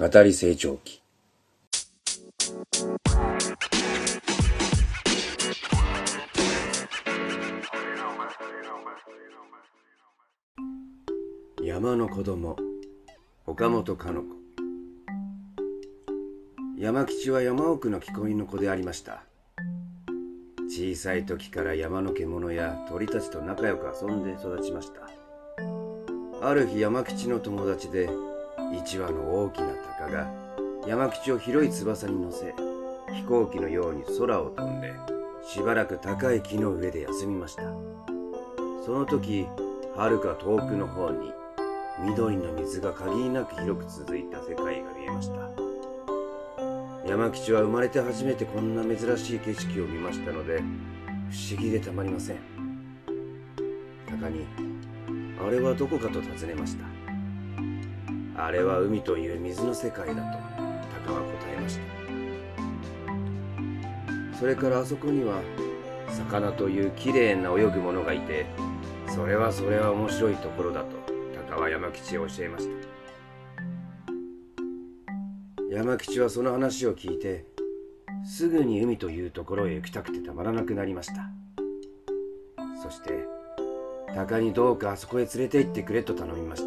語り成長期。山の子供、岡本かの子。山吉は山奥の木こりの子でありました。小さい時から山の獣や鳥たちと仲良く遊んで育ちました。ある日、山吉の友達で一羽の大きな鷹が山吉を広い翼に乗せ、飛行機のように空を飛んでしばらく高い木の上で休みました。その時、はるか遠くの方に緑の水が限りなく広く続いた世界が見えました。山吉は生まれて初めてこんな珍しい景色を見ましたので、不思議でたまりません。鷹に、あれはどこかと尋ねました。あれは海という水の世界だと鷹は答えました。それからあそこには魚というきれいな泳ぐものがいて、それは面白いところだと鷹は山吉へ教えました。山吉はその話を聞いて、すぐに海というところへ行きたくてたまらなくなりました。そして鷹にどうかあそこへ連れて行ってくれと頼みました。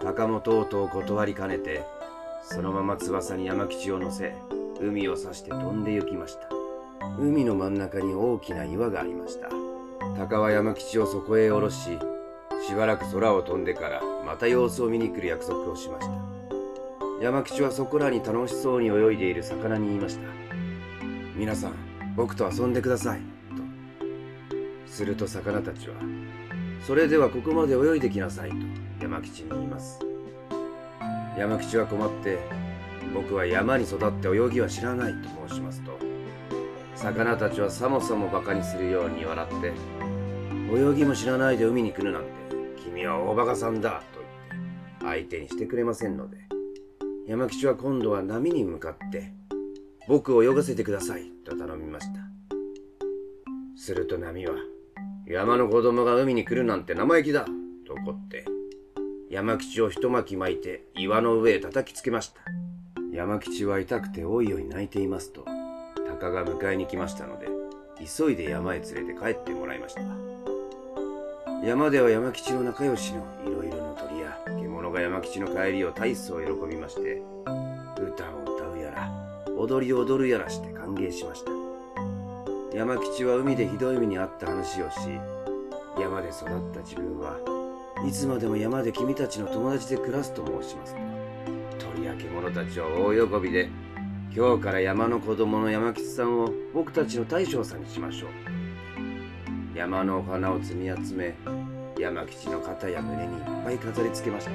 鷹もとうとう断りかねて、そのまま翼に山吉を乗せ、海を指して飛んで行きました。海の真ん中に大きな岩がありました。鷹は山吉をそこへ下ろし、しばらく空を飛んでからまた様子を見に来る約束をしました。山吉はそこらに楽しそうに泳いでいる魚に言いました。皆さん、僕と遊んでください、と。すると魚たちは、それではここまで泳いできなさい、と山吉に言います。山吉は困って、僕は山に育って泳ぎは知らないと申しますと、魚たちはさもさも馬鹿にするように笑って、泳ぎも知らないで海に来るなんて、君は大バカさんだ、と言って相手にしてくれませんので、山吉は今度は波に向かって、僕を泳がせてくださいと頼みました。すると波は、山の子供が海に来るなんて生意気だと怒って、山吉を一巻き巻いて岩の上へ叩きつけました。山吉は痛くておいおい泣いていますと、鷹が迎えに来ましたので、急いで山へ連れて帰ってもらいました。山では山吉の仲良しのいろいろの鳥や獣が山吉の帰りを大層喜びまして、歌を歌うやら踊りを踊るやらして歓迎しました。山吉は海でひどい目に遭った話をし、山で育った自分はいつまでも山で君たちの友達で暮らすと申しますと、鳥や獣たちは大喜びで、今日から山の子供の山吉さんを僕たちの大将さんにしましょう。山のお花を積み集め、山吉の肩や胸にいっぱい飾り付けました。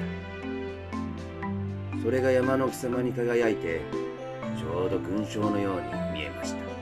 それが山の貴様に輝いて、ちょうど勲章のように見えました。